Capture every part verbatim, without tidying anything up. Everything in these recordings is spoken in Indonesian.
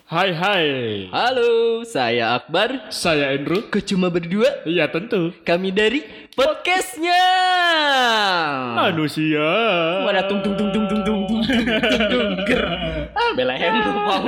Hai hai. Halo, saya Akbar. Saya Andrew. Kok cuma berdua? Iya tentu. Kami dari podcastnya Manusia. Wadah tung tung tung tung tung tung tung tung tung ger. Ah, belahem lu mau.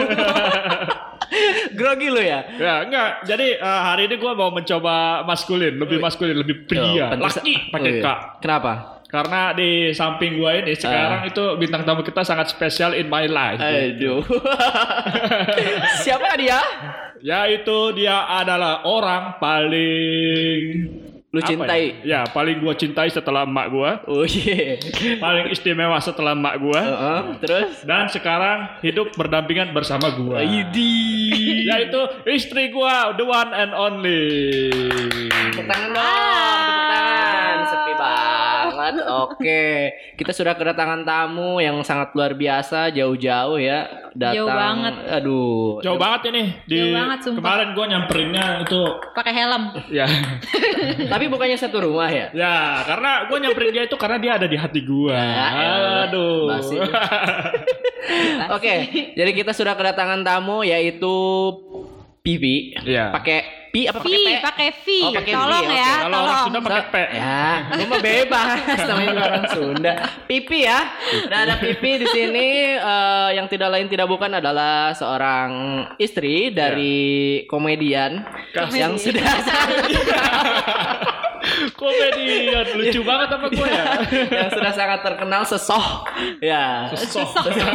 Grogi lu ya? Ya enggak. Jadi uh, hari ini gue mau mencoba maskulin, lebih maskulin, lebih pria, Oh, pantes- laki pakai Oh, iya. K. Kenapa? Karena di samping gue ini sekarang itu bintang tamu kita sangat spesial in my life. Aduh. Siapa dia? Yaitu dia adalah orang paling Lu apa cintai? Ya? Ya, paling gue cintai setelah emak gue, Oh iya. paling istimewa setelah emak gue, Heeh, terus? dan sekarang hidup berdampingan bersama gue. Idi. Yaitu istri gue, the one and only. Tepuk tangan dong, tepuk tangan. Sepi banget. Oke, kita sudah kedatangan tamu yang sangat luar biasa, jauh-jauh ya. Datang. Jauh banget. Aduh. Jauh banget ini. Di Jauh banget, sumpah. kemarin gue nyamperinnya itu, Pakai helm. ya, Tapi bukannya satu rumah ya? ya karena gue nyamperin dia itu karena dia ada di hati gue. Ya, Aduh. basi. Oke, jadi kita sudah kedatangan tamu yaitu Pipi. Iya. Pakai Pi apa pakai V, P? pakai V. Oh, pakai V, Tolong oke. ya, Kalau orang tolong. Sunda pakai P. Ya, lu mah bebas namanya juga orang Sunda. Pipi ya. Dan ada Pipi di sini eh, yang tidak lain tidak bukan adalah seorang istri dari komedian Kasih. yang sudah Komedian lucu banget apa gue ya? yang sudah sangat terkenal sesoh. Ya. Sok.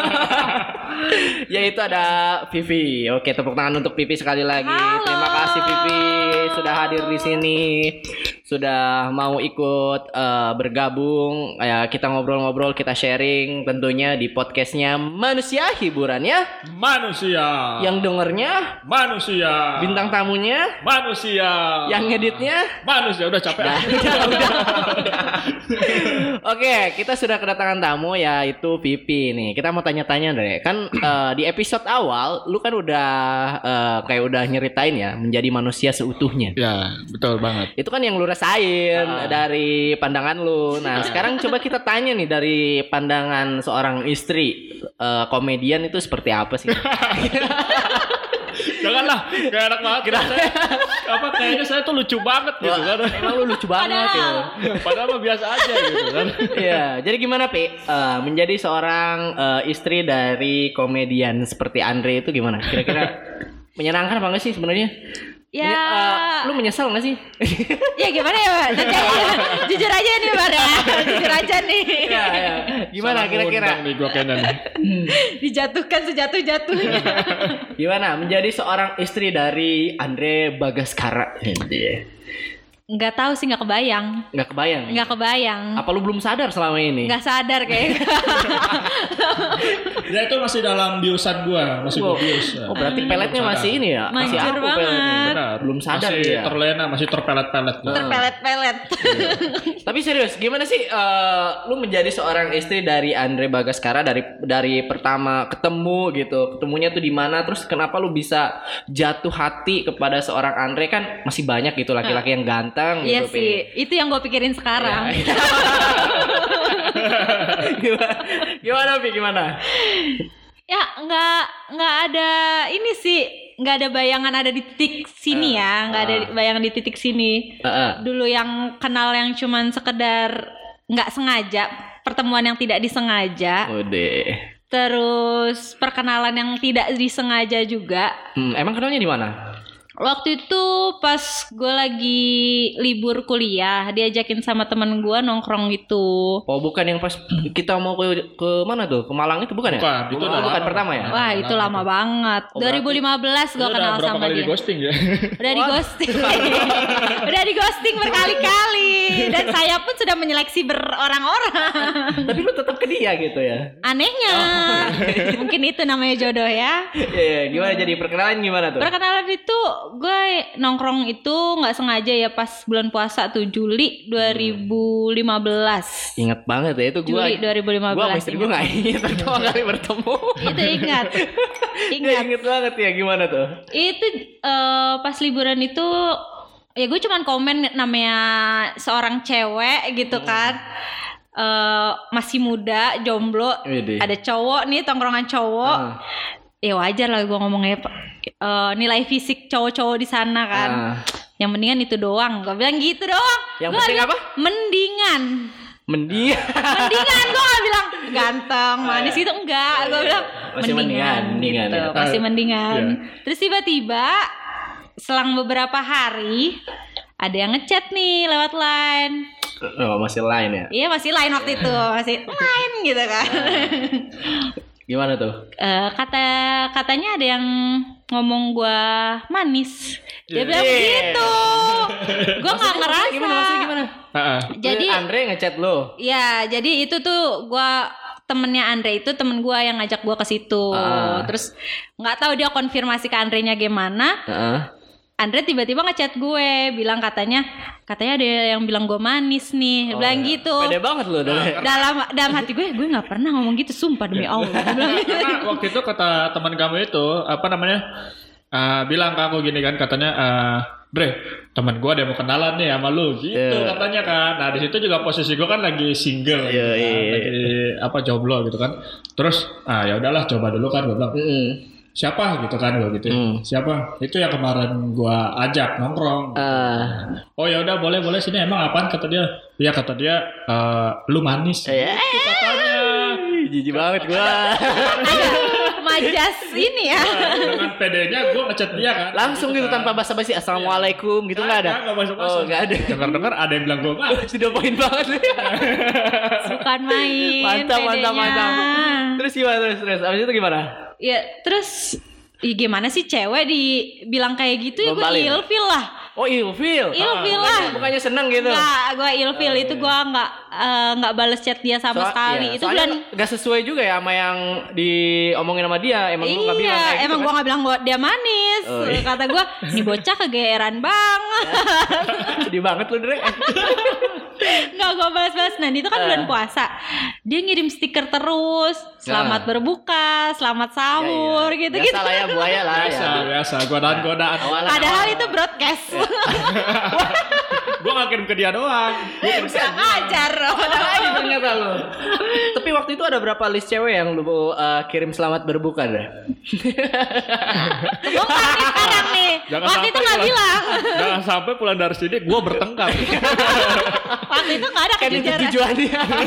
Yaitu ada Vivi. Oke, tepuk tangan untuk Vivi sekali lagi. Halo. Terima kasih Vivi sudah hadir di sini. Sudah mau ikut eh, bergabung. Ya, kita ngobrol-ngobrol, kita sharing tentunya di podcastnya Manusia Hiburan ya. Manusia. Yang dengernya Manusia. bintang tamunya, Manusia. yang ngeditnya. Manusia udah capek. Udah, udah, udah, udah. Oke, kita sudah kedatangan tamu yaitu Pipi nih. Kita mau tanya-tanya deh. Kan eh, di episode awal lu kan udah eh, kayak udah nyeritain ya menjadi manusia seutuhnya. Ya, betul banget. Itu kan yang lu rasain Ah. dari pandangan lu. Nah, sekarang coba kita tanya nih dari pandangan seorang istri, eh, komedian itu seperti apa sih? Janganlah, kayak enak banget. Saya, apa kayaknya saya tuh lucu banget gitu kan. Wah, emang lu lucu banget ya. Padahal mah biasa aja gitu kan. Iya, jadi gimana Pi? Eh, menjadi seorang eh, istri dari komedian seperti Andre itu gimana? Kira-kira menyenangkan apa enggak sih sebenarnya? Ya, Menye- eh, lu menyesal enggak sih? ya gimana ya, Pak? Nanti aja. Jujur aja nih, Pak. Ya. Jujur aja nih. Iya, iya. Gimana Salah kira-kira? ngundang nih gua kayaknya nih. Dijatuhkan sejatuh-jatuhnya. Gimana menjadi seorang istri dari Andre Bagaskara? Enggak tahu sih, enggak kebayang. Enggak kebayang. Enggak kebayang. Apa lu belum sadar selama ini? Enggak sadar kayak. Dia itu masih dalam biusan gua, masih Oh, gua bius. oh, berarti peletnya masih ini ya? Masih Manjur aku peletnya. banget. Benar. Belum sadar masih dia. terlena, masih terpelet-pelet. Nah. Terpelet-pelet. Tapi serius, gimana sih eh, lu menjadi seorang istri dari Andre Bagaskara dari dari pertama ketemu gitu, ketemunya tuh di mana, terus kenapa lu bisa jatuh hati kepada seorang Andre? Kan masih banyak gitu laki-laki yang ganteng Iya gitu. Pi. sih, itu yang gue pikirin sekarang. Ya. gimana, gimana Pi? Gimana? Ya nggak nggak ada ini sih, nggak ada bayangan ada di titik sini ya, nggak ada ah. bayangan di titik sini. Heeh. Dulu yang kenal yang cuman sekedar nggak sengaja, pertemuan yang tidak disengaja, Udah. terus perkenalan yang tidak disengaja juga. Hmm, emang kenalnya di mana? Waktu itu pas gue lagi libur kuliah, diajakin sama temen gue nongkrong gitu. Oh, bukan yang pas kita mau ke ke mana tuh? Ke Malang itu bukan ya? Bukan, itu Oh, udah bukan lama. pertama ya? Wah itu lama banget. Oh, dua ribu lima belas gue Dia udah kenal berapa sama kali dia. di ghosting ya? Udah di ghosting. Udah di ghosting berkali-kali. Dan saya pun sudah menyeleksi berorang-orang. Tapi lu tetap ke dia gitu ya? Anehnya. Mungkin itu namanya jodoh ya. Iya, gimana jadi perkenalan gimana tuh? Perkenalan itu gue nongkrong itu nggak sengaja ya pas bulan puasa tuh Juli dua ribu lima belas. Ingat banget ya itu gua. Juli dua ribu lima belas. Gua sama istri gua enggak ingat pertama kali bertemu. Itu ingat. Dia Ingat. inget banget ya gimana tuh? Itu eh, pas liburan itu ya gue cuman komen namanya seorang cewek gitu kan. Eh, masih muda, jomblo, Widih. ada cowok nih, tongkrongan cowok. Ah. ya wajar lah gue ngomongnya uh, nilai fisik cowok-cowok di sana kan. Ah. Yang mendingan itu doang. Gue bilang gitu doang. Yang Gua penting bilang, apa? Mendingan. Mendingan. Mendingan gue gak bilang ganteng, manis itu enggak. Gue bilang Masih mendingan, mendingan, gitu. ya. Masih Ah, mendingan. iya. Terus tiba-tiba selang beberapa hari ada yang ngechat nih lewat line. Oh, masih lain ya. Iya masih line waktu itu, masih line gitu kan. Gimana tuh? Eh, kata katanya ada yang ngomong gua manis. Dia Yeah. bilang Yeah. begitu. Gua nggak ngerasa. Gimana maksudnya gimana? Heeh. Jadi Andre ngechat lo. ya, jadi itu tuh gua temennya Andre itu temen gua yang ngajak gua ke situ. Ah. Terus nggak tahu dia konfirmasi ke Andre-nya gimana. Heeh. Andre tiba-tiba ngechat gue, bilang katanya katanya ada yang bilang gue manis nih, dia bilang gitu. Pede banget lo dong. Dalam dalam hati gue, gue nggak pernah ngomong gitu, sumpah demi Allah. Gue bilang gitu. Karena waktu itu kata teman kamu itu apa namanya uh, bilang ke aku gini kan katanya uh, Bre, teman gue ada yang mau kenalan nih sama lu gitu Yeah. katanya kan. Nah di situ juga posisi gue kan lagi single, gitu Iya, kan. iya. Lagi apa jomblo gitu kan. Terus ah ya udahlah coba dulu kan gue bilang. Heeh. Siapa gitu kan gue gitu. Hmm. Siapa? Itu yang kemarin gue ajak nongkrong. Ah. Oh ya udah boleh boleh sini emang apaan kata dia? Iya kata dia eh, lu manis. Eh, Itu katanya. jijik banget gua. Ada majas ini ya. Dengan pedenya gue ngechat dia kan. Langsung gitu tanpa basa-basi assalamualaikum gitu nggak ada. Nggak masuk Oh, nggak ada. Dengar-dengar ada yang bilang gue manis. Sudah poin banget. Bukan main. Mantap, mantap, pedenya. mantap. Terus gimana terus terus? Abis itu gimana? Ya terus ya gimana sih cewek dibilang kayak gitu ya gue Gombalin. ilfil lah. Oh, ilfil. Ilfil Ah, lah. Bukannya seneng gitu. Enggak, gue ilfil itu gue nggak eh, nggak bales chat dia sama So- sekali. iya, Itu soalnya bulan nggak sesuai juga ya sama yang diomongin sama dia. Emang lu nggak bilang iya, kayak gitu emang kan? gue nggak bilang gua dia manis. Oh, iya. Kata gue, ini bocah kegeeran banget. Sedih banget lu, Dre. Nggak gue balas-balas. Nah itu kan Eh. bulan puasa. Dia ngirim stiker terus. Selamat Nah. berbuka, selamat sahur, Ya, iya. gitu-gitu. Biasa lah ya, buaya lah Biasa ya. biasa godaan-godaan. Awalan, Padahal awalan. itu broadcast. Gue nggak kirim ke dia doang. Gue kirim ke Kurang ajar. Ada lagi ternyata lu. Tapi waktu itu ada berapa list cewek yang lu uh, kirim selamat berbuka, Dre? Bongkar nih sekarang nih. Jangan Waktu itu sampai nggak pulang- bilang. Jangan sampai pulang dari sini gue bertengkar. Waktu itu nggak ada Kan itu kejujuran. tujuannya.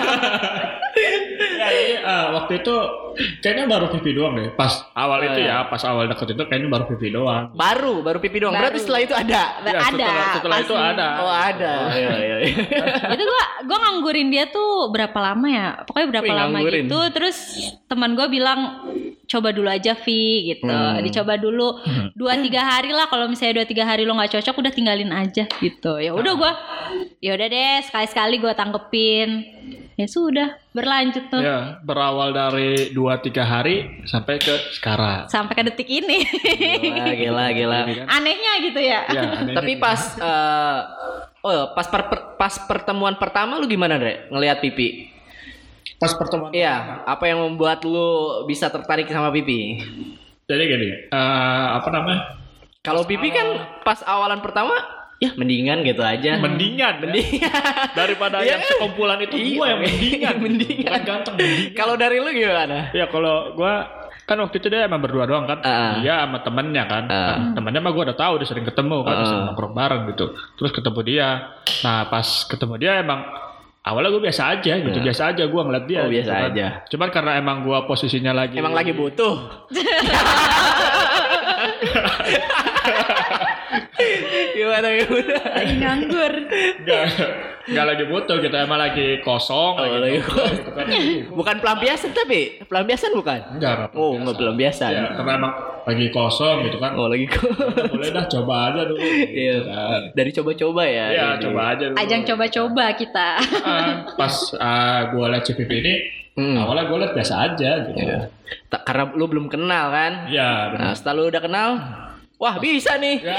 Ya, ini, eh, waktu itu kayaknya baru pipi doang deh. Pas awal Oh, itu iya. ya, pas awal deket itu kayaknya baru pipi doang. Baru, baru pipi doang. Berarti Baru. setelah itu ada. Ya, ada. setelah, setelah itu pasti. ada. Oh, ada. Iya, iya, iya. Itu gua gua nganggurin dia tuh berapa lama ya? Pokoknya berapa Wih, lama nganggurin. gitu. Terus teman gua bilang coba dulu aja Vi gitu. Hmm. Dicoba dulu dua tiga hari lah. Kalau misalnya dua tiga hari lo nggak cocok udah tinggalin aja gitu. Ya udah gua ya udah deh sekali-sekali gua tanggepin. Ya sudah berlanjut tuh Ya, berawal dari dua tiga hari sampai ke sekarang. sampai ke detik ini. Gila, gila, gila. Ini kan. Anehnya gitu ya. Ya, anehnya Tapi gitu. pas eh, oh, pas per- per- pas pertemuan pertama lu gimana, Dre? Ngelihat pipi? pas pertemuan Iya, apa yang membuat lu bisa tertarik sama pipi? jadi gini, eh, apa namanya? Kalau pipi kan pas awalan pertama ya mendingan gitu aja. Mendingan, mendingan daripada Iya yang kan? sekumpulan itu Iya, gua yang mendingan, mendingan. bukan ganteng. Mendingan. Kalau dari lu gimana? Ya kalau gua kan waktu itu dia emang berdua doang kan, Ah. dia sama temennya kan, Ah. Kan temennya mah gua udah tahu udah sering ketemu kan, udah Ah. sering nongkrong bareng gitu. Terus ketemu dia, nah pas ketemu dia emang awalnya gue biasa aja gitu, Ah. biasa aja gua ngeliat dia. Oh, biasa gitu kan. aja. Cuman karena emang gua posisinya lagi, Emang lagi butuh. Gimana gimana? Lagi nganggur. Nggak, nggak lagi butuh gitu, emang lagi kosong. Oh, lagi nongkrong gitu kan. Bukan pelampiasan tapi pelampiasan bukan? Enggak, enggak Oh, nggak pelampiasan. Ya, karena emang lagi kosong gitu kan. Oh, lagi kok. Boleh dah coba aja dulu. Iya. Gitu kan. Dari coba-coba ya. Iya, ini. coba aja dulu. Ajang coba-coba kita. Ah, pas uh, gue liat C P P ini, Hmm. awalnya gue liat biasa aja gitu. Iya. Tak karena lu belum kenal kan? Iya, Nah, benar. setelah lu udah kenal, wah bisa nih. Ya.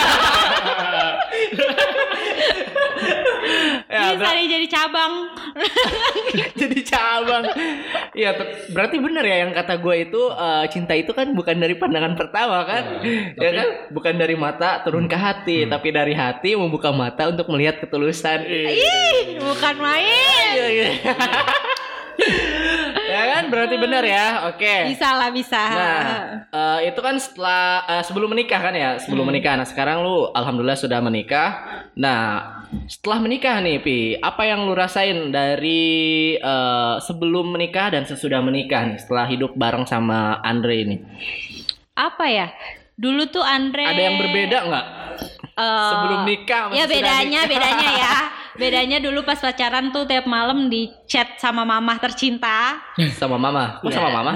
Ya, Bisa ber- nih jadi cabang. jadi cabang. Iya, ter- berarti bener ya yang kata gue itu eh, cinta itu kan bukan dari pandangan pertama kan? Ya, Ya tapi- kan? Bukan dari mata turun ke hati, tapi dari hati membuka mata untuk melihat ketulusan. Ih, bukan main. Iya, iya. Ya kan? Berarti benar ya. Oke. Bisa lah, bisa. Nah, uh, itu kan setelah uh, sebelum menikah kan ya, sebelum hmm. menikah. Nah, sekarang lu alhamdulillah sudah menikah. Nah, setelah menikah nih, Pi, apa yang lu rasain dari uh, sebelum menikah dan sesudah menikah nih, setelah hidup bareng sama Andre ini? Apa ya? Dulu tuh Andre ada yang berbeda nggak? Uh, sebelum nikah ya bedanya nikah. bedanya ya bedanya dulu pas pacaran tuh tiap malam di chat sama mamah tercinta sama mama kok sama mama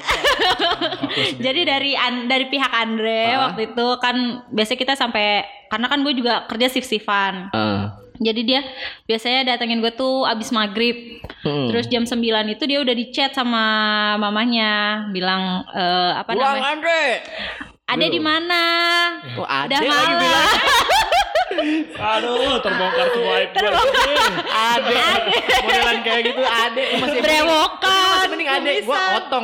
jadi dari dari pihak Andre uh. waktu itu kan biasa kita sampai karena kan gue juga kerja shift-shiftan uh. jadi dia biasanya datengin gue tuh abis maghrib hmm. terus jam sembilan itu dia udah di chat sama mamahnya bilang e, apa Ulang namanya Andre ada di mana? Oh, ada udah malam. Aduh, terbongkar semua aib gue. Ade. Modelan kayak gitu ade masih brewokan. Masih mending ade gua otong.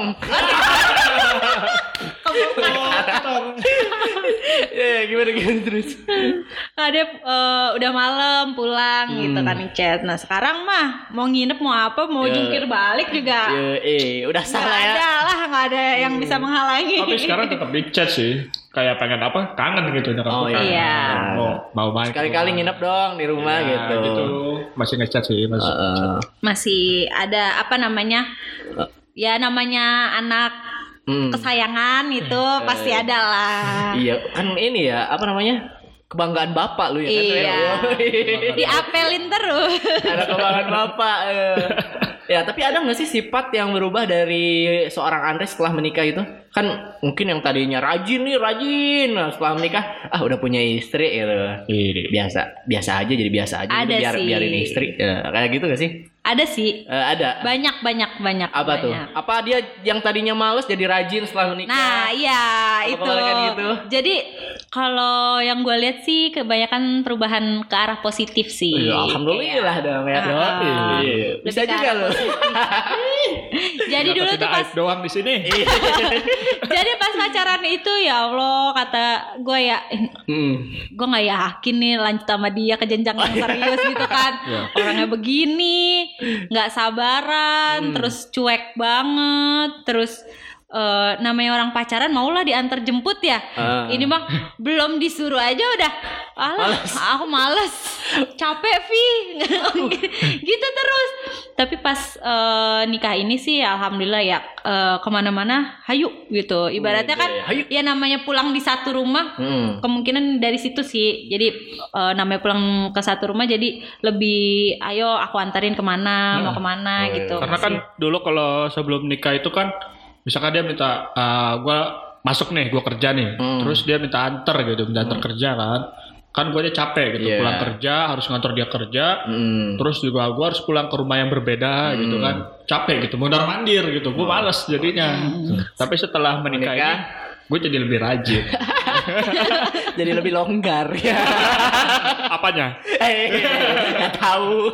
Ya, gimana gimana terus? Ade uh, udah malam pulang hmm. gitu kan chat. Nah, sekarang mah mau nginep mau apa, mau yeah. jungkir balik juga. Ya, eh, udah salah ya. Ada lah, enggak ada yang hmm. bisa menghalangi. Tapi sekarang tetap di chat sih. Kayak pengen apa? Kangen gitu nyokap. Oh iya. Mau mau main. Sekali-kali nginep dong di rumah ya, gitu. gitu. Masih ngechat sih, masih. Uh, masih ada apa namanya? Uh. Ya namanya anak hmm. kesayangan itu uh, pasti ada lah. Iya, kan ini ya, apa namanya? Kebanggaan bapak lu ya kan? Iya. Diapelin terus. Ada kebanggaan bapak. Uh. Ya, tapi ada nggak sih sifat yang berubah dari seorang Andre setelah menikah itu? Kan mungkin yang tadinya rajin nih, rajin. Nah, setelah menikah, ah udah punya istri gitu. Biasa, biasa aja jadi biasa aja. Ada biar sih. biarin istri. Ya, kayak gitu nggak sih? Ada sih. Uh, ada. Banyak, banyak, banyak. Apa banyak. tuh? Apa dia yang tadinya males jadi rajin setelah menikah? Nah, iya itu. Gitu? Jadi kalau yang gue lihat sih kebanyakan perubahan ke arah positif sih. Oh, alhamdulillah dong ya. Uh, iya. Bisa juga loh. Jadi dulu tuh pas doang di sini. Jadi pas pacaran itu ya Allah kata gue ya, hmm. gue nggak yakin nih lanjut sama dia ke jenjang yang serius gitu kan. Yeah. Orangnya begini, nggak sabaran, hmm. terus cuek banget, terus. Uh, namanya orang pacaran maulah diantar jemput ya. Uh. Ini mah belum disuruh aja udah alah aku males capek Vi gitu terus. Tapi pas uh, nikah ini sih alhamdulillah ya uh, kemana-mana hayu gitu. Ibaratnya kan hayu. Ya namanya pulang di satu rumah hmm. kemungkinan dari situ sih. Jadi uh, namanya pulang ke satu rumah jadi lebih ayo aku antarin kemana nah. mau kemana oh, gitu. Karena kan dulu kalau sebelum nikah itu kan misalkan dia minta, uh, gue masuk nih, gue kerja nih, hmm. terus dia minta antar gitu, minta antar hmm. kerja kan, kan gue aja capek gitu, yeah. pulang kerja harus ngantor dia kerja, hmm. terus juga gue harus pulang ke rumah yang berbeda hmm. gitu kan, capek gitu, mondar mandir gitu, gue males jadinya. Hmm. Tapi setelah menikah, menikah ini, gue jadi lebih rajin. Jadi lebih longgar. Apanya? Eh, nggak tahu.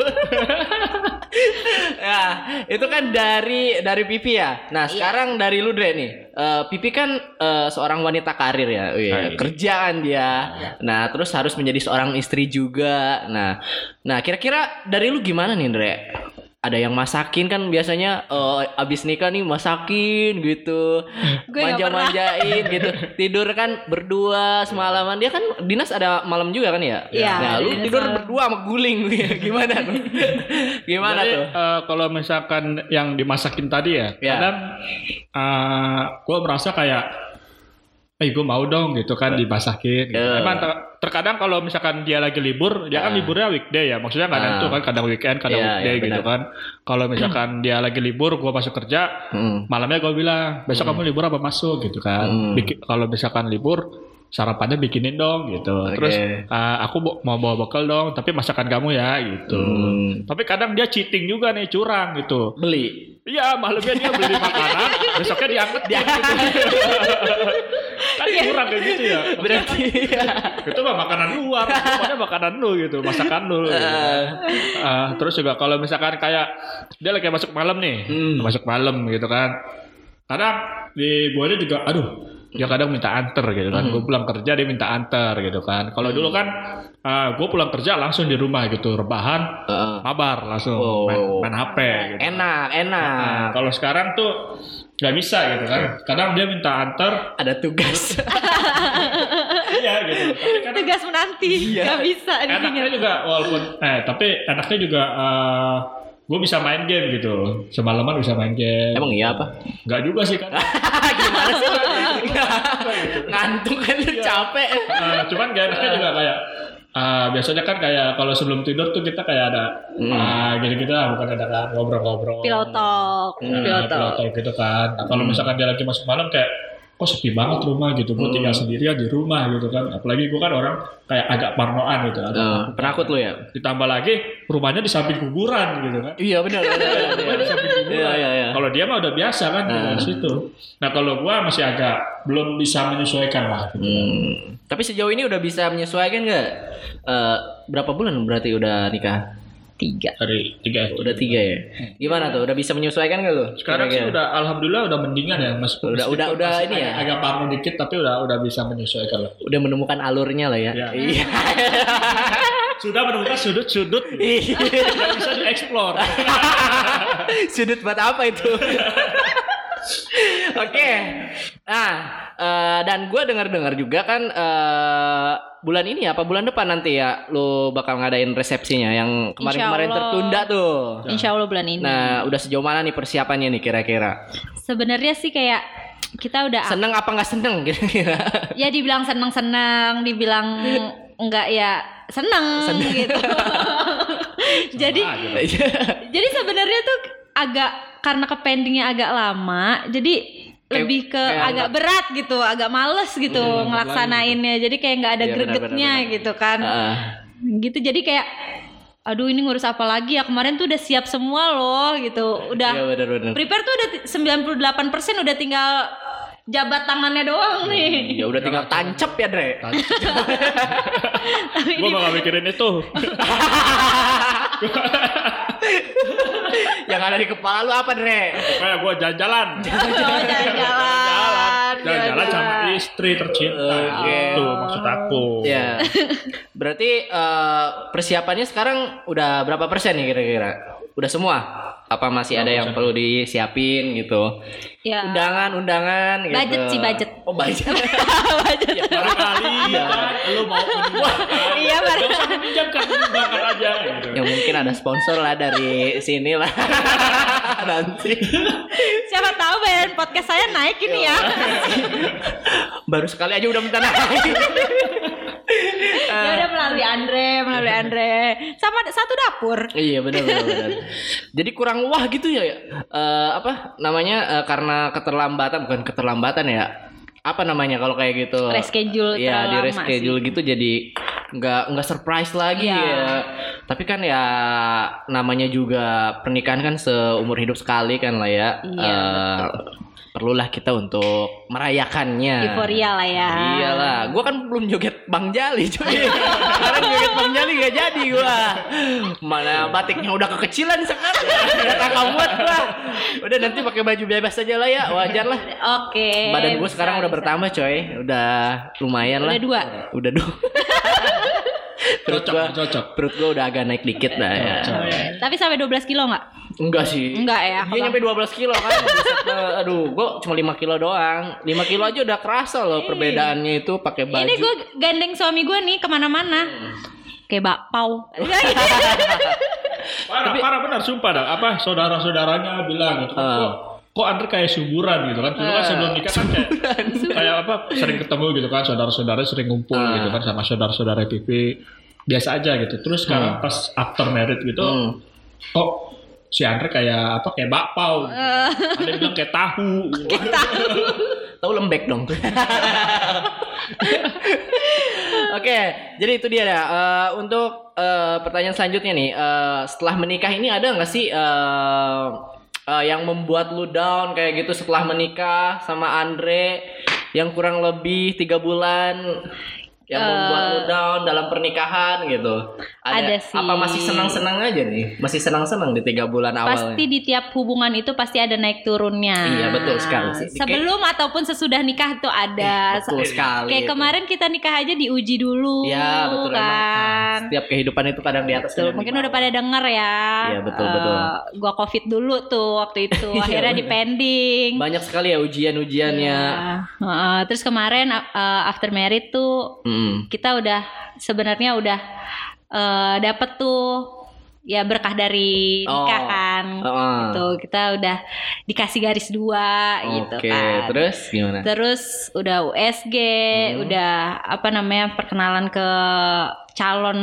Ya, itu kan dari dari Pipi ya. Nah, iya. sekarang dari lu Dre nih. Uh, Pipi kan uh, seorang wanita karir ya. Iya, kerjaan dia. Iya. Nah, terus harus menjadi seorang istri juga. Nah, nah kira-kira dari lu gimana nih, Dre? Ada yang masakin kan biasanya uh, abis nikah nih masakin gitu, manja-manjain gitu, tidur kan berdua semalaman. Dia kan dinas ada malam juga kan ya? Iya. Nah lu tidur malam. Berdua sama guling, gimana tuh? Gimana Jadi, tuh? Uh, kalau misalkan yang dimasakin tadi ya, ya. kadang uh, gue merasa kayak eh gue mau dong gitu kan dimasakin gitu. Uh. Emang ter- terkadang kalau misalkan dia lagi libur, dia uh. kan liburnya weekday ya, maksudnya nggak nentu uh. kan, kadang weekend, kadang yeah, weekday yeah, gitu kan. Kalau misalkan dia lagi libur, gue masuk kerja, hmm. malamnya gue bilang besok hmm. kamu libur apa masuk gitu kan. Hmm. Bik- kalau misalkan libur, sarapannya bikinin dong gitu. Okay. Terus uh, aku bo- mau bawa bekal dong, tapi masakan kamu ya gitu. Hmm. Tapi kadang dia cheating juga nih, curang gitu. Beli. Iya, malamnya dia beli makanan, besoknya diangkat dia. Gitu. Kan kurang kayak gitu ya. Berarti ya. Itu mah makanan luar, pokoknya makanan lu gitu, masakan lu. Gitu. Uh, terus juga kalau misalkan kayak dia lagi masuk malam nih, hmm. masuk malam gitu kan. Kadang di gua juga, aduh, dia kadang minta anter gitu kan. Hmm. Gue pulang kerja dia minta anter gitu kan. Kalau hmm. dulu kan uh, gue pulang kerja langsung di rumah gitu, rebahan, uh. mabar langsung oh. main, main H P gitu. Enak, enak. Nah, kalau sekarang tuh nggak bisa gitu kan. Kadang dia minta anter, ada tugas. Iya gitu. Tapi kadang, tugas menanti, iya. Gak bisa. Enaknya juga walaupun, eh tapi enaknya juga. Uh, gue bisa main game gitu, semalaman bisa main game. Emang iya apa? Enggak juga sih kan. Gimana sih? Ngantuk kan lu capek. Uh, cuman gak enaknya juga kayak uh, biasanya kan kayak kalau sebelum tidur tuh kita kayak ada hmm. uh, gitu-gitu lah, bukan ada kan ngobrol-ngobrol. Pillow talk, hmm, pillow talk gitu kan. Nah, kalau hmm. misalkan dia lagi masuk malam kayak kok sepi banget rumah gitu, gue hmm. tinggal sendirian di rumah gitu kan. Apalagi gue kan orang kayak agak parnoan gitu, agak uh, penakut lu ya. Ditambah lagi rumahnya di samping kuburan gitu kan. Iya benar. Rumahnya di samping kuburan. Iya, iya, iya. Kalau dia mah udah biasa kan uh. di situ. Nah kalau gue masih agak belum bisa menyesuaikan lah. Gitu. Hmm. Tapi sejauh ini udah bisa menyesuaikan nggak? Uh, berapa bulan berarti udah nikah? Tiga. Dari tiga. Udah tiga ya. Gimana tuh? Udah bisa menyesuaikan nggak lu? Sekarang sih udah, alhamdulillah udah mendingan ya, mas. Udah, udah, udah ini ya. Agak parno dikit, tapi udah, udah bisa menyesuaikan lah. Udah menemukan alurnya lah ya. Ya. Iya. Sudah menemukan sudut-sudut. Iya. Yang bisa dieksplor. Sudut buat apa itu? Oke, okay. Nah uh, dan gue dengar-dengar juga kan uh, bulan ini apa bulan depan nanti ya lo bakal ngadain resepsinya yang kemarin-kemarin tertunda tuh. Insya Allah bulan ini. Nah udah sejauh mana nih persiapannya nih kira-kira? Sebenarnya sih kayak kita udah seneng apa nggak seneng kira-kira? Ya dibilang seneng-seneng, dibilang enggak ya seneng, seneng. Gitu. jadi jadi sebenarnya tuh agak karena ke pendingnya agak lama, jadi kayak, lebih ke agak enggak. berat gitu, agak males gitu hmm, ngelaksanainnya. Gitu. Jadi kayak nggak ada ya, gregetnya bener, bener, bener. gitu kan. Uh. Gitu jadi kayak aduh ini ngurus apa lagi ya, kemarin tuh udah siap semua loh gitu. Udah ya, bener, bener. Prepare tuh udah sembilan puluh delapan persen, udah tinggal jabat tangannya doang nih. Ya udah tinggal tancap ya, Dre. Gue bakal mikirin itu. Yang ada di kepala lu apa, Dre? Kayak gue jalan-jalan. Jalan-jalan. Jalan-jalan sama istri tercinta. Okay. Itu maksud aku. Ya. Berarti uh, persiapannya sekarang udah berapa persen nih kira-kira? Udah semua? Apa masih ada yang perlu disiapin gitu? Ya. Undangan-undangan gitu. Budget sih budget. Oh budget. Budget. Ya, barangkali ya. Lu mau menyumbangkan. Iya barangkali. Gak usah meminjamkan, menyumbangkan aja. Gitu. Ya mungkin ada sponsor lah dari sini lah. Nanti. Siapa tahu bayaran podcast saya naik ini ya. Baru sekali aja udah minta naik. Ya udah melalui Andre, melalui Andre. Sama satu dapur. Iya benar benar. Jadi kurang wah gitu ya. Uh, apa namanya uh, karena keterlambatan bukan keterlambatan ya. Apa namanya kalau kayak gitu? Reschedule. Iya di reschedule gitu jadi nggak nggak surprise lagi ya. ya. Tapi kan ya namanya juga pernikahan kan seumur hidup sekali kan lah ya. Iya. Uh, Perlulah kita untuk merayakannya. Euforia lah ya. Iyalah, gue kan belum joget Bang Jali cuy. Sekarang joget Bang Jali gak jadi gue. Mana batiknya udah kekecilan sekarang. Udah kakak buat gue. Udah nanti pakai baju bebas aja lah ya, wajar lah. Oke. Okay, badan gue sekarang udah bisa. Bertambah coy. Udah lumayan udah lah. Udah dua. Udah dua. Perut cocok, gua, cocok. Perut gue udah agak naik dikit lah ya. Tapi sampai dua belas kilo gak? Enggak sih. Enggak ya. Dia nyampe dua belas kilo kan. Aduh, gue cuma lima kilo doang. lima kilo aja udah kerasa loh perbedaannya itu pakai baju. Ini gue gandeng suami gue nih kemana-mana. Hmm. Kayak bakpao. Parah, Tapi, parah benar sumpah dah. Apa saudara-saudaranya bilang gitu. Uh. Kok, kok Andre kayak suburan gitu kan. Dulu kan sebelum nikah kan kayak, kayak apa sering ketemu gitu kan. Saudara-saudara sering ngumpul uh. gitu kan sama saudara-saudara T V. Biasa aja gitu. Terus sekarang hmm. pas after married gitu. Hmm. Kok si Andre kayak apa kayak bakpao. Uh. Ada yang bilang kayak tahu. Kayak tahu. Tahu lembek dong. Oke, okay, jadi itu dia ya. Uh, untuk uh, pertanyaan selanjutnya nih, uh, setelah menikah ini ada nggak sih uh, uh, yang membuat lu down kayak gitu setelah menikah sama Andre yang kurang lebih tiga bulan? yang uh, membuat lu down dalam pernikahan gitu? Ada, ada sih. Apa masih senang-senang aja nih? Masih senang-senang di tiga bulan awal? Pasti di tiap hubungan itu pasti ada naik turunnya. Iya betul sekali sih. Sebelum kayak, ataupun sesudah nikah tuh ada. Betul sekali. Kayak itu. Kemarin kita nikah aja diuji dulu. Iya betul kan. Setiap kehidupan itu kadang di atas. Betul. Mungkin udah pada denger ya. Iya betul uh, betul. Gua covid dulu tuh waktu itu. Akhirnya di pending. Banyak sekali ya ujian-ujiannya. Ya. Uh, terus kemarin uh, after married tuh mm. kita udah sebenarnya udah uh, dapet tuh ya berkah dari nikah oh. kan uh. gitu. Kita udah dikasih garis dua okay. gitu kan. Terus gimana? Terus udah U S G, hmm. udah apa namanya perkenalan ke calon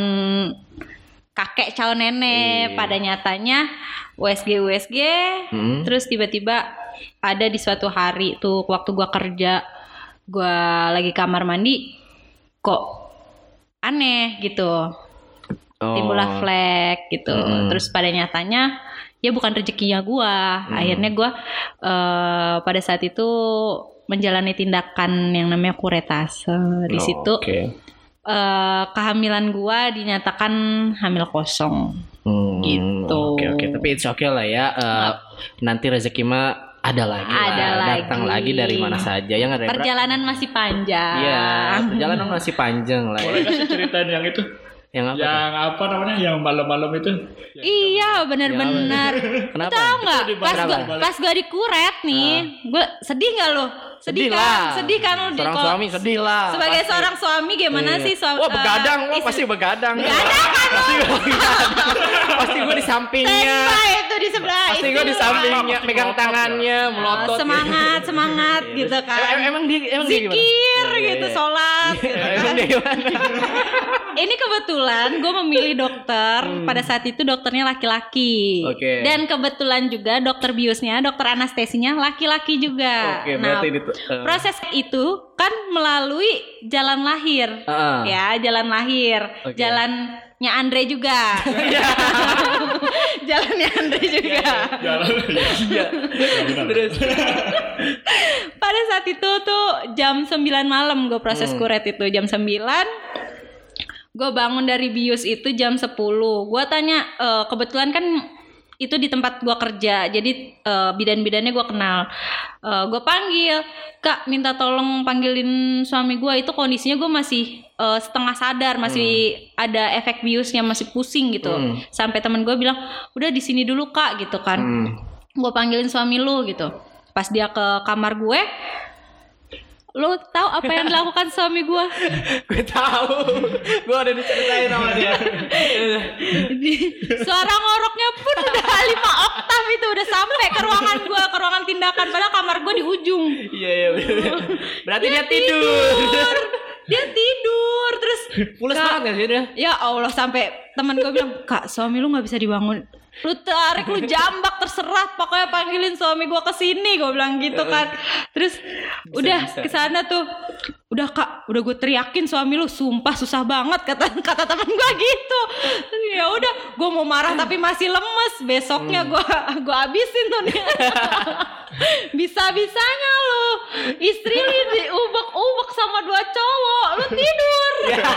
kakek calon nenek. E. Pada nyatanya U S G U S G hmm. terus tiba-tiba ada di suatu hari tuh waktu gua kerja, gua lagi kamar mandi kok aneh gitu, oh. timbullah flek gitu. Hmm. Terus pada nyatanya ya bukan rezekinya gua. Hmm. Akhirnya gua uh, pada saat itu menjalani tindakan yang namanya kuretase. Di oh, situ okay. uh, kehamilan gua dinyatakan hamil kosong. Hmm. Gitu. Oke okay, oke, okay. Tapi it's okay lah ya. Uh, nanti rezeki mah ada lagi ada lah, lagi. Datang lagi dari mana saja yang ada. Perjalanan masih panjang. Iya, perjalanan masih panjang lah. Boleh kasih ceritain yang itu? Yang apa? Yang tuh? Apa namanya? Yang malam-malam itu? Yang iya, benar-benar. Kenapa? Tahu nggak? Pas gua pas gua dikuret nih, uh. gua sedih nggak lo? Sedih, sedih kan? Lah. Sedih kan lo? Seorang kok, suami sedih lah. Sebagai pasti. Seorang suami gimana iya. sih suami? Wah begadang, uh, wah pasti begadang. Begadang kan lo? Pasti pasti gue di sampingnya. Standby itu di sebelah. Pasti gue di sampingnya, megang tangannya, melotot. Semangat, semangat gitu kan. Emang dia, emang dia gimana? Zikir gitu, sholat. Emang dia gimana? Ini kebetulan gue memilih dokter hmm. pada saat itu dokternya laki-laki. Okay. Dan kebetulan juga dokter biusnya, dokter anestesinya laki-laki juga. Okay, nah, itu, uh. proses itu kan melalui jalan lahir, uh. ya jalan lahir, okay. jalannya Andre juga, jalannya Andre juga. Jalan, ya. Terus pada saat itu tuh jam sembilan malam gue proses hmm. kuret itu jam sembilan. Gue bangun dari bius itu jam sepuluh. Gue tanya, e, kebetulan kan itu di tempat gue kerja, jadi e, bidan-bidannya gue kenal. E, gue panggil, Kak minta tolong panggilin suami gue, itu kondisinya gue masih e, setengah sadar, masih hmm. ada efek biusnya, masih pusing gitu. Hmm. Sampai teman gue bilang, udah di sini dulu Kak gitu kan. Hmm. Gue panggilin suami lu gitu. Pas dia ke kamar gue, lo tahu apa yang dilakukan suami gue? Gue tahu, gue udah diceritain sama dia. Suara ngoroknya pun udah lima oktav itu udah sampai ke ruangan gue, ke ruangan tindakan. Padahal kamar gue di ujung. Iya iya. Berarti dia, dia tidur. tidur. Dia tidur terus. Pulas banget gak sih dia? Ya Allah, sampai teman gue bilang, Kak suami lu nggak bisa dibangun. Lu tarik, lu jambak, terserah, pokoknya panggilin suami gue kesini, gue bilang gitu kan. Terus bisa, udah kesana tuh, udah Kak, udah gue teriakin suami lu, sumpah susah banget kata kata temen gue gitu. Ya udah, gue mau marah tapi masih lemes. Besoknya gue hmm. gue habisin tuh nih. Bisa-bisanya lu istri lu diubek-ubek sama dua cowok, lu tidur.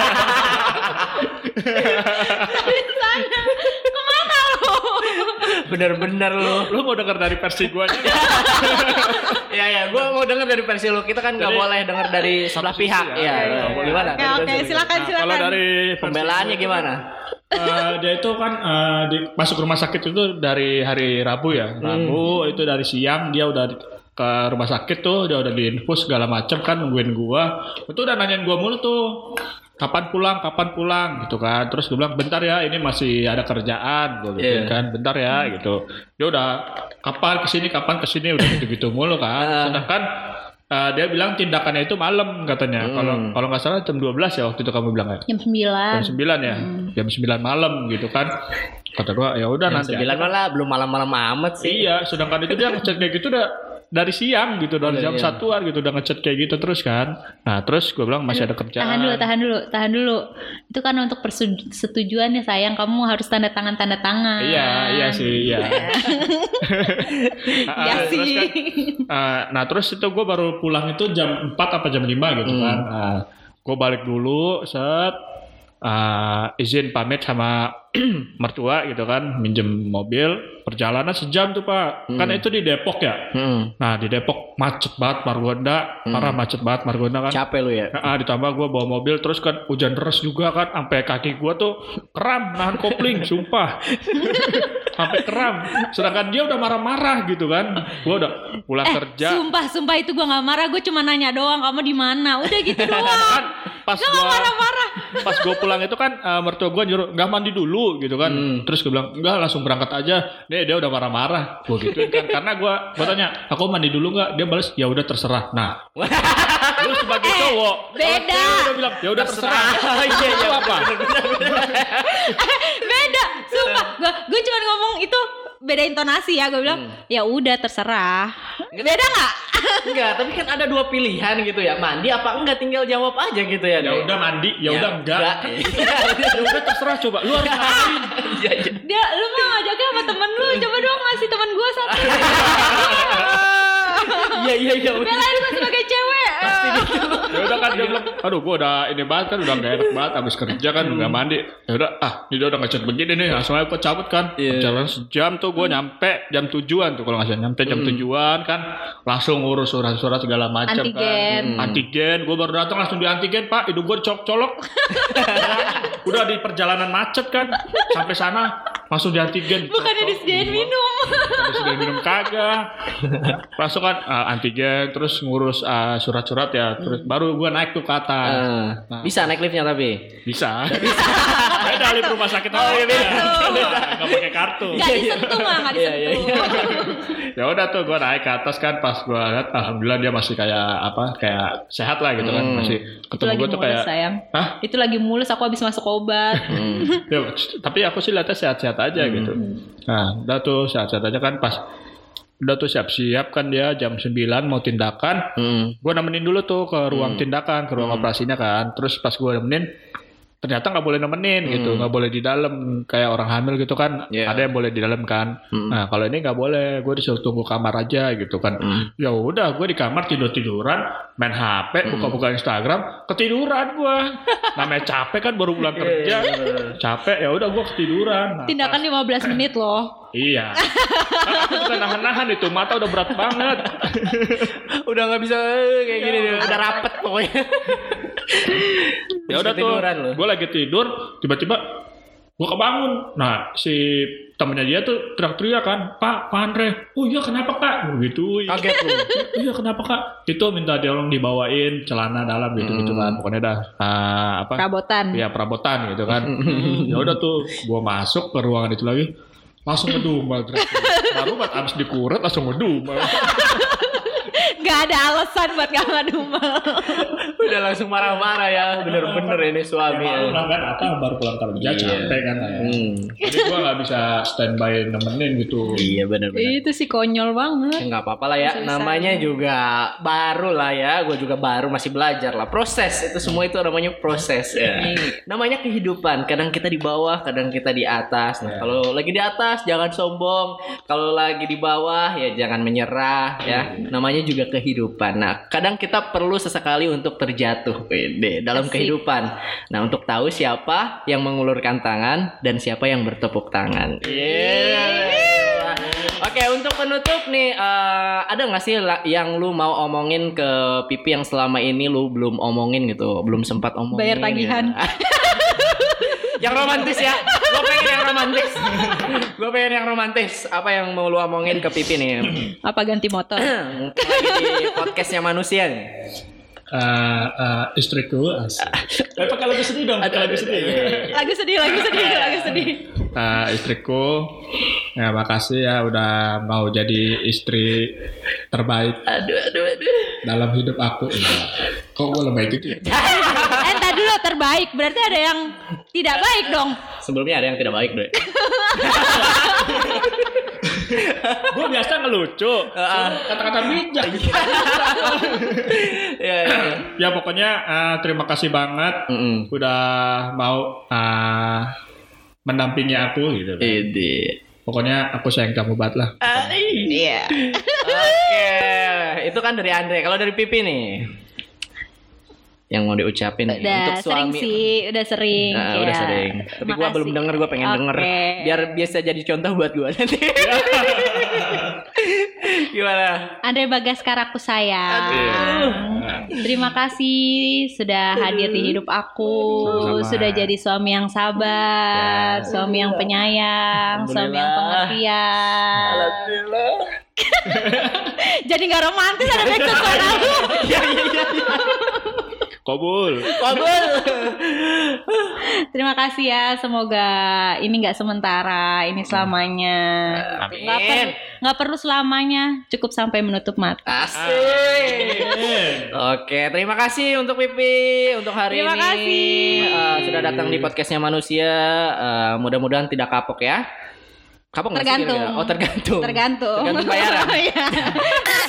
Bisanya kemana lu? Bener-bener lu. Lu mau denger dari versi gua aja? Ya ya, gua mau denger dari versi lu. Kita kan nggak boleh denger dari sebelah pihak. Iya. Ya, ya. Gimana? Oke, oke, silakan nah, silakan. Kalau dari pembelaannya gimana? Uh, dia itu kan uh, di, masuk rumah sakit itu dari hari Rabu ya. Rabu hmm. itu dari siang dia udah di, ke rumah sakit tuh, dia udah diinfus segala macam kan, nungguin gua. Itu udah nanyain gua mulu tuh. Kapan pulang, kapan pulang gitu kan. Terus gue bilang bentar ya, ini masih ada kerjaan, gue bilang yeah. kan, bentar ya gitu. Dia udah kapan kesini, kapan kesini, udah gitu-gitu mulu kan. Sedangkan uh, dia bilang tindakannya itu malam katanya. Kalau hmm. kalau nggak salah jam dua belas ya waktu itu kamu bilang ya. Jam sembilan. Jam sembilan ya. Hmm. Jam sembilan malam gitu kan. Kata gue ya udah nanti. Jam sembilan malah belum malam-malam amat sih. Iya, sedangkan itu dia ngechat kayak gitu udah dari siang gitu, dari jam iya. satuan gitu udah ngechat kayak gitu terus kan. Nah terus gue bilang masih ada kerjaan. Tahan dulu, tahan dulu, tahan dulu. Itu kan untuk persetujuan ya sayang, kamu harus tanda tangan tanda tangan. Iya, iya sih, iya. Iya sih. Terus kan, uh, nah terus itu gue baru pulang itu jam empat apa jam lima gitu hmm. kan. Nah, gue balik dulu, set, uh, izin pamit sama mertua gitu kan, minjem mobil, perjalanan sejam tuh Pak, hmm. kan itu di Depok ya, hmm. nah di Depok macet banget Margonda, hmm. parah macet banget Margonda kan, capek lu ya, nah, ditambah gue bawa mobil terus kan hujan deras juga kan, sampai kaki gue tuh kram nahan kopling, sumpah, sampai kram, sedangkan dia udah marah-marah gitu kan, gue udah pulang eh, kerja, sumpah sumpah itu gue nggak marah, gue cuma nanya doang kamu di mana, udah gitu doang, kan, pas gue marah-marah, pas gue pulang itu kan uh, mertua gue nyuruh nggak mandi dulu gitu kan, hmm. terus gue bilang enggak langsung berangkat aja, dia dia udah marah-marah, gue gituin kan, karena gue gue tanya aku mandi dulu nggak, dia balas ya udah terserah, nah lu sebagai eh, cowok beda, udah bilang ya udah terserah, iya iya apa beda, sumpah gue gue cuma ngomong itu beda intonasi ya, gue bilang hmm. ya udah terserah, beda nggak? Enggak, tapi kan ada dua pilihan gitu ya, mandi apa enggak, tinggal jawab aja gitu ya. Ya udah mandi, ya udah enggak. Ya udah terserah, coba lu harus ngapain. Dia lu mau ngajaknya sama temen lu, coba dong ngasih temen gue satu. Iya iya iya. Belain gue sebagai cewek. Pasti gitu. Ya udah kan dia bilang, aduh gue udah ini banget kan, udah gak enak banget abis kerja kan, udah mandi. Ya udah, ah ini dia udah ngechat begini nih, langsung aja gue cabut kan. Jalan sejam tuh gue nyampe jam tujuan tuh kalau nggak salah, nyampe jam tujuan kan, langsung urus surat-surat segala macam kan. Antigen, gue baru datang langsung di antigen Pak, hidung gue colok-colok. Udah di perjalanan macet kan, sampai sana langsung di antigen. Bukannya disediain minum. Disediain minum kagak. Langsung kan uh, antigen, terus ngurus uh, surat-surat ya, terus hmm. baru gue naik tuh ke atas. Uh, nah. Bisa naik liftnya tapi? Bisa. Saya dari rumah sakit oh, awal ya. Gak pakai kartu. Gak disentuh mah, gak disentuh. Ya udah tuh gue naik ke atas kan, pas gue lihat alhamdulillah dia masih kayak apa, kayak sehat lah gitu kan, hmm. masih ketemu gue tuh mulus, kayak. Sayang. Hah? Itu lagi mulus, aku habis masuk obat. Hmm. Ya, tapi aku sih lihatnya sehat-sehat aja hmm. gitu. Nah, udah tuh sehat-sehat aja kan, pas udah tuh siap-siap kan dia jam sembilan mau tindakan. Hmm. Gue nemenin dulu tuh ke ruang hmm. tindakan, ke ruang hmm. operasinya kan. Terus pas gue nemenin, ternyata nggak boleh nemenin hmm. gitu, nggak boleh di dalam kayak orang hamil gitu kan, yeah. ada yang boleh di dalam kan. Hmm. Nah kalau ini nggak boleh, gue disuruh tunggu kamar aja gitu kan. Hmm. Ya udah, gue di kamar tidur tiduran, main H P, hmm. buka-buka Instagram, ketiduran gue. Namanya capek kan, baru pulang kerja, capek ya udah gue ketiduran. Nah, tindakan pas, lima belas menit loh. Iya. Kan aku bisa nahan-nahan itu, mata udah berat banget. Udah nggak bisa kayak gini, udah rapet pokoknya. Ya udah tuh, gue lagi tidur, tiba-tiba gue kebangun. Nah si temennya dia tuh teriak-teriak kan, Pak, Pak Andre, oh iya kenapa Kak? Begitu. Kaget tuh. Iya kenapa Kak? Itu minta tolong dibawain celana dalam gitu-gitu kan. Pokoknya dah uh, apa? Perabotan. Iya perabotan gitu kan. Ya udah tuh, gue masuk ke ruangan itu lagi, langsung ngedumel. Baru buat abis dikurut langsung ngedumel. Gak ada alasan buat gak ngedumel. Udah langsung marah-marah ya, bener-bener ini suami ya. Malu kan, apa baru pulang kerja iya. capek kan ya. Hmm. Jadi gue gak bisa standby nemenin gitu. Iya bener-bener. Itu sih konyol banget. Gak apa-apa lah ya, bisa namanya juga baru lah ya. Gue juga baru, masih belajar lah. Proses, itu semua itu namanya proses ya. Namanya kehidupan, kadang kita di bawah, kadang kita di atas. Nah, kalau lagi di atas jangan sombong, kalau lagi di bawah ya jangan menyerah ya. Namanya juga kehidupan. Nah, kadang kita perlu sesekali untuk terjatuh Wede, dalam Asik. kehidupan. Nah, untuk tahu siapa yang mengulurkan tangan dan siapa yang bertepuk tangan. Yeah. Oke, untuk penutup nih, uh, ada nggak sih yang lu mau omongin ke Pipi yang selama ini lu belum omongin gitu, belum sempat omongin? Bayar tagihan. Gitu. Yang romantis ya, gue pengen yang romantis. Gue pengen yang romantis. Apa yang mau lu omongin ke Pipi nih? Apa ganti motor? Lagi di podcastnya manusia nih. Uh, uh, istriku asik. Eh, pakai lagu sedih dong, pakai lagu sedih. Lagu sedih, lagu sedih, lagu sedih. Uh, istriku, ya makasih ya udah mau jadi istri terbaik. Aduh, aduh, aduh. Dalam hidup aku. Ya. Kok gue lebih baik itu ya? Eh, tadi dulu terbaik, berarti ada yang tidak baik dong. Sebelumnya ada yang tidak baik, Bre. Gue biasa ngelucu, uh, kata-kata bijak gitu. ya, ya. ya pokoknya uh, terima kasih banget Mm-mm. udah mau uh, mendampingi aku gitu. Ide. Pokoknya aku sayang kamu banget lah. Uh, iya. Oke, itu kan dari Andre. Kalau dari Pipi nih, yang mau diucapin udah untuk sering suami? sih, udah sering. Nah, ya. udah sering. Tapi gue belum denger, gue pengen Oke. denger biar biasa jadi contoh buat gue nanti. Gimana? Andre Bagaskara aku sayang. Terima kasih sudah hadir di hidup aku. Sama-sama. Sudah jadi suami yang sabar, Ya. suami yang penyayang, suami yang Alhamdulillah. pengertian. Alhamdulillah. Jadi nggak romantis ada backsound suara aku. Iya iya iya. Kabul. Kabul. Terima kasih ya. Semoga ini nggak sementara, ini selamanya. Amin. Nggak perlu, nggak perlu selamanya, cukup sampai menutup mata. Asik. Oke, terima kasih untuk Pipi untuk hari Terima ini. kasih. Eh, sudah datang di podcastnya manusia. Eh, mudah-mudahan tidak kapok ya. Kapok nggak sih Tergantung. kira-kira? Oh tergantung. Tergantung. Tergantung bayaran. Iya.